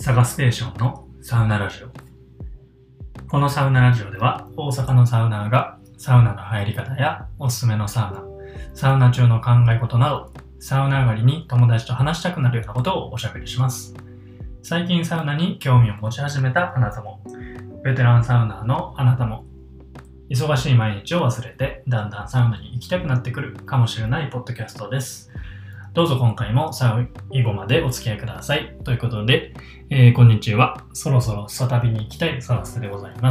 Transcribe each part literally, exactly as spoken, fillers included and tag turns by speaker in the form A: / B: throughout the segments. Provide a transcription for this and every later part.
A: サガステーションのサウナラジオ。このサウナラジオでは大阪のサウナーがサウナの入り方やおすすめのサウナ、サウナ中の考え事など、サウナ上がりに友達と話したくなるようなことをおしゃべりします。最近サウナに興味を持ち始めたあなたも、ベテランサウナーのあなたも、忙しい毎日を忘れてだんだんサウナに行きたくなってくるかもしれないポッドキャストです。どうぞ今回も最後までお付き合いください。ということで、えー、こんにちは。そろそろ再旅に行きたいサラスでございます。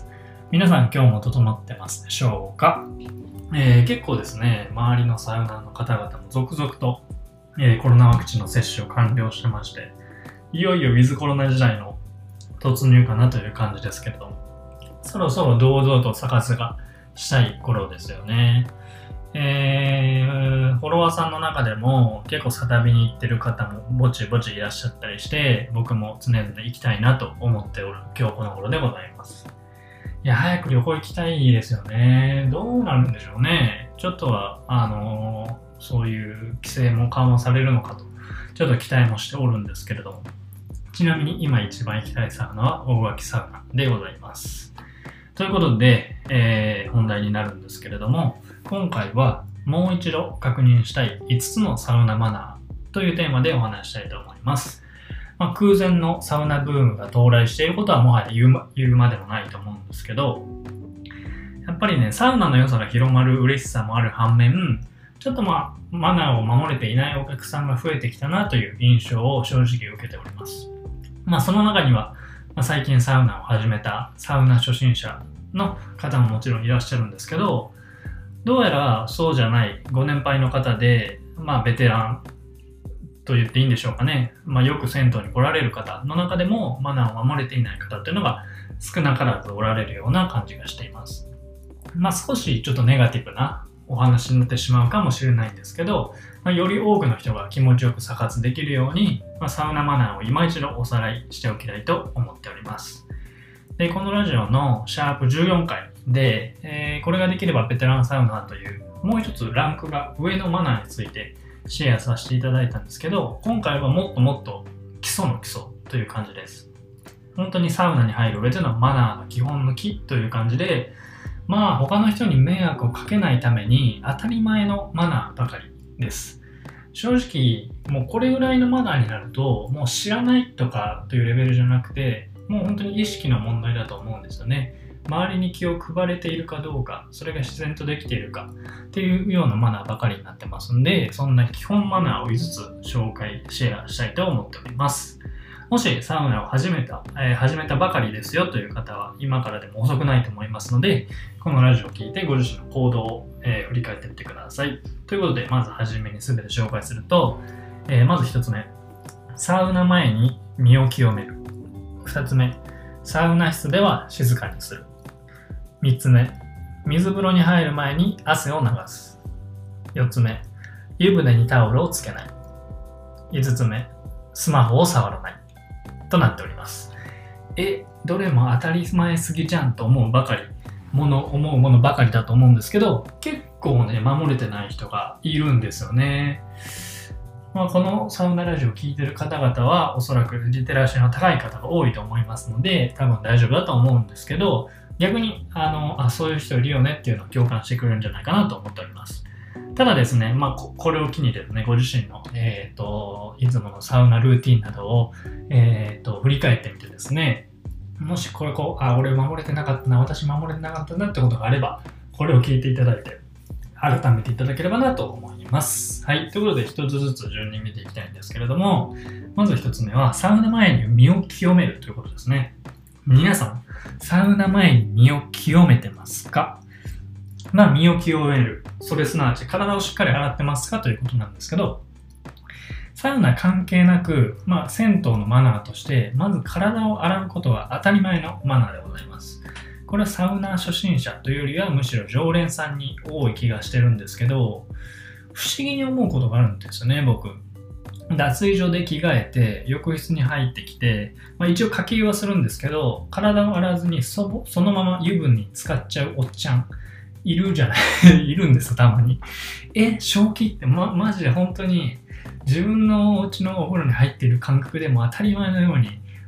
A: 皆さん今日も整ってますでしょうか？えー、結構ですね、周りのサウナーの方々も続々と、えー、コロナワクチンの接種を完了してまして、いよいよウィズコロナ時代の突入かなという感じですけれども、そろそろ堂々とサカスがしたい頃ですよね。えー、フォロワーさんの中でも結構サ旅に行ってる方もぼちぼちいらっしゃったりして、僕も常々行きたいなと思っておる今日この頃でございます。いや、早く旅行行きたいですよね。どうなるんでしょうね。ちょっとは、あのー、そういう規制も緩和されるのかと、ちょっと期待もしておるんですけれども、ちなみに今一番行きたいサウナは大垣サウナでございます。ということで、えー、本題になるんですけれども、今回はもう一度確認したいいつつのサウナマナーというテーマでお話したいと思います。まあ、空前のサウナブームが到来していることはもはや言うま、言うまでもないと思うんですけど、やっぱりね、サウナの良さが広まる嬉しさもある反面、ちょっとまあ、マナーを守れていないお客さんが増えてきたなという印象を正直受けております。まあ、その中には、まあ、最近サウナを始めたサウナ初心者の方ももちろんいらっしゃるんですけど、どうやらそうじゃないご年配の方で、まあベテランと言っていいんでしょうかね。まあよく銭湯に来られる方の中でもマナーを守れていない方というのが少なからずおられるような感じがしています。まあ少しちょっとネガティブなお話になってしまうかもしれないんですけど、まあ、より多くの人が気持ちよくサ活できるように、まあ、サウナマナーを今一度おさらいしておきたいと思っております。で、このラジオのシャープじゅうよんかいで、えー、これができればベテランサウナーというもう一つランクが上のマナーについてシェアさせていただいたんですけど、今回はもっともっと基礎の基礎という感じです。本当にサウナに入る上でのマナーの基本の基という感じで、まあ他の人に迷惑をかけないために当たり前のマナーばかりです。正直もうこれぐらいのマナーになるともう知らないとかというレベルじゃなくて、もう本当に意識の問題だと思うんですよね。周りに気を配れているかどうか、それが自然とできているかっていうようなマナーばかりになってますんで、そんな基本マナーをいつつ紹介、シェアしたいと思っております。もしサウナを始めた、えー、始めたばかりですよという方は今からでも遅くないと思いますので、このラジオを聞いてご自身の行動を、えー、振り返ってみてください。ということで、まずはじめに全て紹介すると、えー、まずひとつめ、サウナ前に身を清める。ふたつめ、サウナ室では静かにする。みっつめ、水風呂に入る前に汗を流す。よっつめ、湯船にタオルをつけない。いつつめ、スマホを触らない。となっております。え、どれも当たり前すぎじゃんと思うばかり、もの、思うものばかりだと思うんですけど、結構ね、守れてない人がいるんですよね。まあ、このサウナラジオを聞いてる方々はおそらくリテラシーの高い方が多いと思いますので、多分大丈夫だと思うんですけど、逆にあのあそういう人いるよねっていうのを共感してくれるんじゃないかなと思っております。ただですね、まあ、こ, これを機にですね、ご自身の、えー、といつものサウナルーティンなどを、えー、と振り返ってみてですね、もしこれこうあ俺守れてなかったな、私守れてなかったなってことがあれば、これを聞いていただいて改めていただければなと思います。はい。ということで、一つずつ順に見ていきたいんですけれども、まず一つ目は、サウナ前に身を清めるということですね。皆さん、サウナ前に身を清めてますか？まあ、身を清める。それすなわち、体をしっかり洗ってますかということなんですけど、サウナ関係なく、まあ、銭湯のマナーとして、まず体を洗うことは当たり前のマナーでございます。これはサウナ初心者というよりはむしろ常連さんに多い気がしてるんですけど、不思議に思うことがあるんですよね、僕。脱衣所で着替えて浴室に入ってきて、まあ、一応掛け湯はするんですけど、体を洗わずに そ, そのまま湯船に浸かっちゃうおっちゃんいるじゃないいるんですよ、たまに。え、正気って、ま、マジで本当に自分のお家のお風呂に入っている感覚でも当たり前のように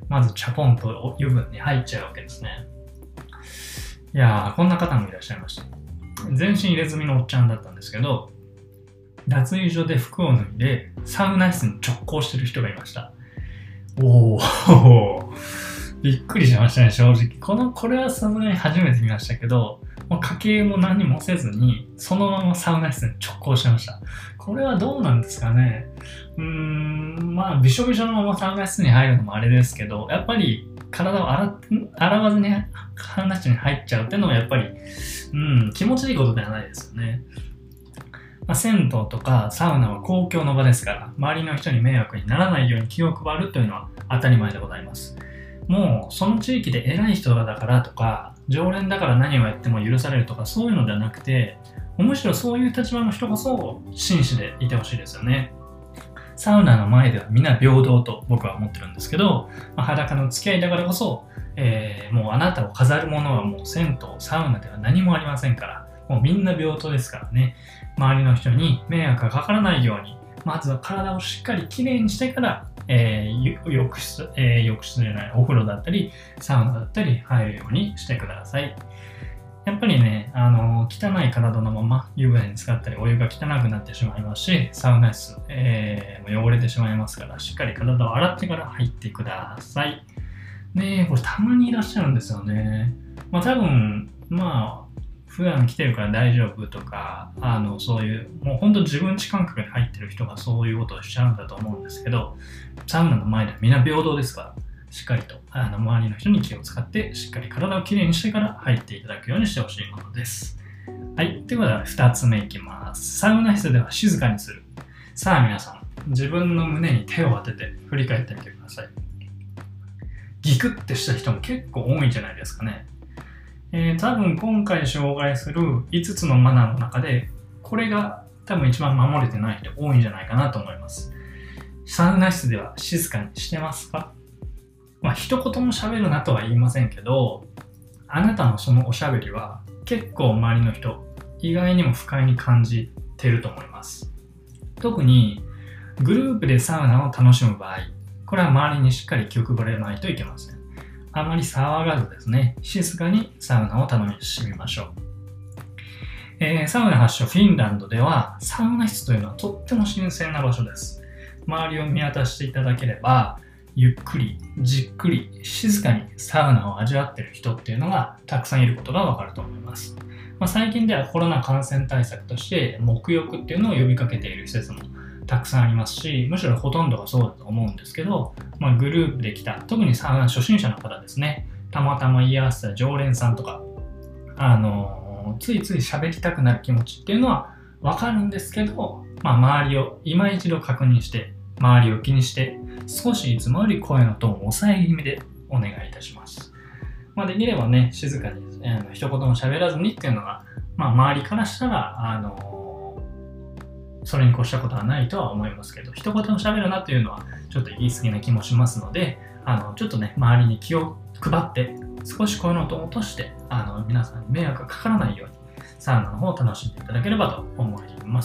A: まずチャポンと湯船に入っちゃうわけですね。いやー、こんな方もいらっしゃいました。全身入れ墨のおっちゃんだったんですけど、脱衣所で服を脱いでサウナ室に直行してる人がいました。おおびっくりしましたね、正直。この、これはさすがに初めて見ましたけど、もう家計も何もせずに、そのままサウナ室に直行してました。これはどうなんですかね。うーん、まあ、びしょびしょのままサウナ室に入るのもあれですけど、やっぱり体を洗洗わずにサウナ室に入っちゃうっていうのはやっぱり、うん、気持ちいいことではないですよね。まあ、銭湯とかサウナは公共の場ですから、周りの人に迷惑にならないように気を配るというのは当たり前でございます。もうその地域で偉い人だからとか、常連だから何をやっても許されるとか、そういうのではなくて、むしろそういう立場の人こそ紳士でいてほしいですよね。サウナの前では皆平等と僕は思ってるんですけど、まあ、裸の付き合いだからこそ、えー、もうあなたを飾るものはもう銭湯、サウナでは何もありませんから、もうみんな平等ですからね。周りの人に迷惑がかからないように、まずは体をしっかりきれいにしてから、えー、浴室、えー、浴室じゃない、お風呂だったり、サウナだったり入るようにしてください。やっぱりね、あのー、汚い体のまま湯船に浸かったり、お湯が汚くなってしまいますし、サウナ室、えー、汚れてしまいますから、しっかり体を洗ってから入ってください。ねえ、これたまにいらっしゃるんですよね。まあ多分、まあ、普段来てるから大丈夫とか、あの、そういう、もう本当自分ち感覚で入ってる人がそういうことをしちゃうんだと思うんですけど、サウナの前ではみんな平等ですから、しっかりとあの周りの人に気を使って、しっかり体をきれいにしてから入っていただくようにしてほしいものです。はい。ということで、ふたつめいきます。サウナ室では静かにする。さあ皆さん、自分の胸に手を当てて振り返ってみてください。ギクッてした人も結構多いんじゃないですかね。えー、多分今回紹介するいつつのマナーの中で、これが多分一番守れてない人多いんじゃないかなと思います。サウナ室では静かにしてますか？まあ一言も喋るなとは言いませんけど、あなたのそのおしゃべりは結構周りの人、意外にも不快に感じてると思います。特にグループでサウナを楽しむ場合、これは周りにしっかり気を配らないといけません。あまり騒がずですね、静かにサウナを楽しみましょう。えー、サウナ発祥フィンランドではサウナ室というのはとっても新鮮な場所です。周りを見渡していただければ、ゆっくり、じっくり、静かにサウナを味わっている人っていうのがたくさんいることがわかると思います。まあ、最近ではコロナ感染対策として沐浴っていうのを呼びかけている施設もたくさんありますし、むしろほとんどがそうだと思うんですけど、まあ、グループで来た、特にサウナ初心者の方ですね、たまたま居合わせた常連さんとか、あのー、ついつい喋りたくなる気持ちっていうのはわかるんですけど、まあ、周りを今一度確認して、周りを気にして、少しいつもより声のトーンを抑え気味でお願いいたします。まあ、できればね、静かに、あの一言も喋らずにっていうのが、まあ、周りからしたら、あのーそれに越したことはないとは思いますけど、一言も喋るなというのはちょっと言い過ぎな気もしますので、あのちょっとね、周りに気を配って少し声の音を落としてあの皆さんに迷惑がかからないようにサウナの方を楽しんでいただければと思います。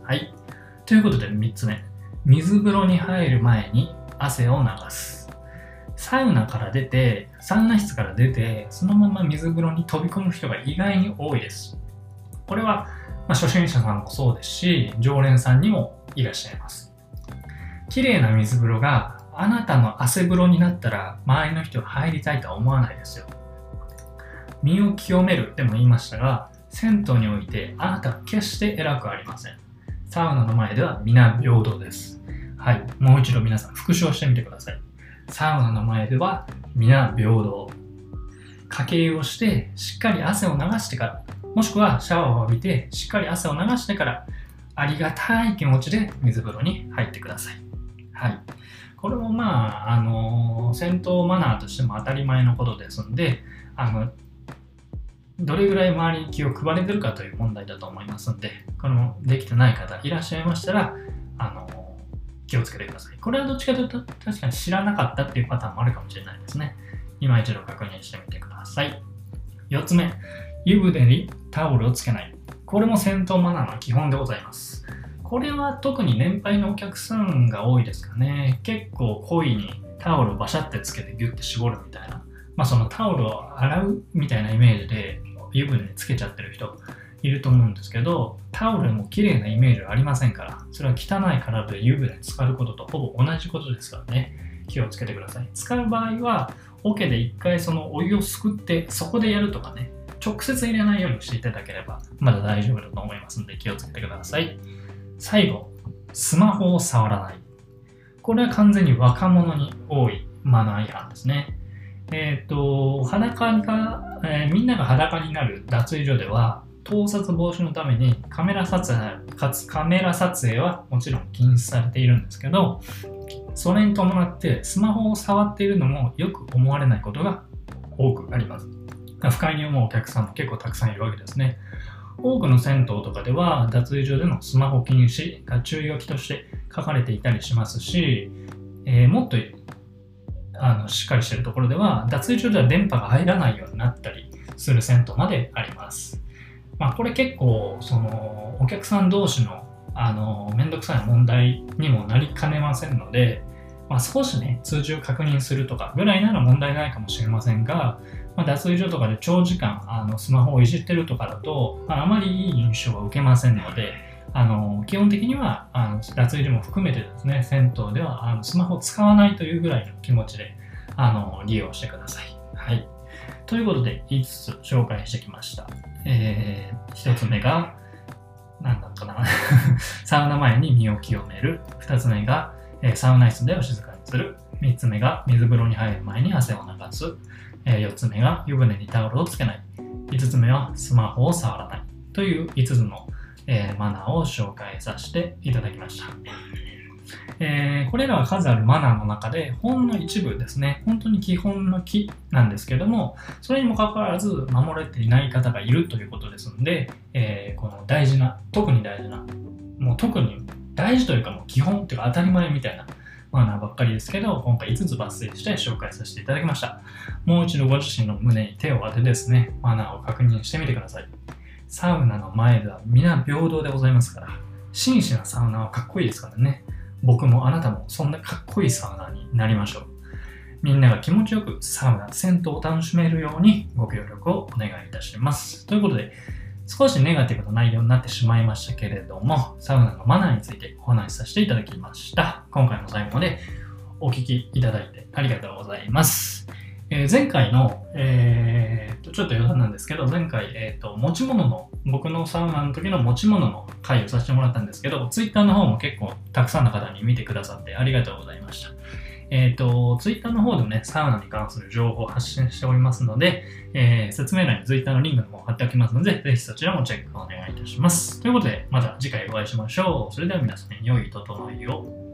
A: はい。ということでみっつめ、水風呂に入る前に汗を流す。サウナから出て、サウナ室から出て、そのまま水風呂に飛び込む人が意外に多いです。これはまあ、初心者さんもそうですし、常連さんにもいらっしゃいます。綺麗な水風呂があなたの汗風呂になったら、周りの人が入りたいとは思わないですよ。身を清めるでも言いましたが、銭湯においてあなたは決して偉くありません。サウナの前では皆平等です。はい、もう一度皆さん復唱してみてください。サウナの前では皆平等。かけ湯をしてしっかり汗を流してから、もしくはシャワーを浴びてしっかり汗を流してからありがたい気持ちで水風呂に入ってください。はい。これもまあ、あのー、銭湯マナーとしても当たり前のことですので、あの、どれぐらい周りに気を配れてるかという問題だと思いますので、このできてない方いらっしゃいましたら、あのー、気をつけてください。これはどっちかというと確かに知らなかったっていうパターンもあるかもしれないですね。今一度確認してみてください。よっつめ、湯船にタオルをつけない。これも銭湯マナーの基本でございます。これは特に年配のお客さんが多いですかね。結構故意にタオルをバシャってつけてギュッて絞るみたいな、まあそのタオルを洗うみたいなイメージで湯船につけちゃってる人いると思うんですけど、タオルも綺麗なイメージはありませんから、それは汚い体で湯船に浸かることとほぼ同じことですからね、気をつけてください。使う場合は桶で一回そのお湯をすくってそこでやるとかね、直接入れないようにしていただければまだ大丈夫だと思いますので気をつけてください。最後、スマホを触らない。これは完全に若者に多いマナー違反ですね。えっと、裸が、えーみんなが裸になる脱衣所では、盗撮防止のためにカメラ撮影、かつカメラ撮影はもちろん禁止されているんですけど、それに伴ってスマホを触っているのもよく思われないことが多くあります。不快に思うお客さんも結構たくさんいるわけですね。多くの銭湯とかでは脱衣所でのスマホ禁止が注意書きとして書かれていたりしますし、えー、もっとあのしっかりしているところでは脱衣所では電波が入らないようになったりする銭湯まであります。まあ、これ結構そのお客さん同士のあのめんどくさい問題にもなりかねませんので、まあ、少しね通知を確認するとかぐらいなら問題ないかもしれませんが、まあ、脱衣所とかで長時間あのスマホをいじってるとかだと、まあ、あまりいい印象は受けませんので、あの基本的にはあの脱衣所も含めてですね、銭湯ではあのスマホを使わないというぐらいの気持ちであの利用してください。はい。ということでいつつつ紹介してきました。えー、ひとつめが何だったかなサウナ前に身を清める。ふたつめが、えー、サウナ室でを静かにする。みっつめが水風呂に入る前に汗を流す。えー、よっつめが湯船にタオルをつけない。いつつめはスマホを触らない。といういつつの、えー、マナーを紹介させていただきました。えー、これらは数あるマナーの中でほんの一部ですね、本当に基本の木なんですけども、それにもかかわらず守れていない方がいるということですので、えー、この大事な、特に大事な、もう特に大事というかもう基本というか当たり前みたいなマナーばっかりですけど、今回いつつ抜粋して紹介させていただきました。もう一度ご自身の胸に手を当てですね、マナーを確認してみてください。サウナの前では皆平等でございますから、真摯なサウナはかっこいいですからね。僕もあなたもそんなかっこいいサウナになりましょう。みんなが気持ちよくサウナ、銭湯を楽しめるようにご協力をお願いいたします。ということで、少しネガティブな内容になってしまいましたけれども、サウナのマナーについてお話しさせていただきました。今回も最後までお聞きいただいてありがとうございます。えー、前回の、えー、とちょっと余談なんですけど、前回、えー、と持ち物の、僕のサウナの時の持ち物の回をさせてもらったんですけど、ツイッターの方も結構たくさんの方に見てくださってありがとうございました。えっ、と、ツイッターの方でもね、サウナに関する情報を発信しておりますので、えー、説明欄にツイッターのリンクの方貼っておきますので、ぜひそちらもチェックお願いいたします。ということで、また次回お会いしましょう。それでは皆さん、良い整いを。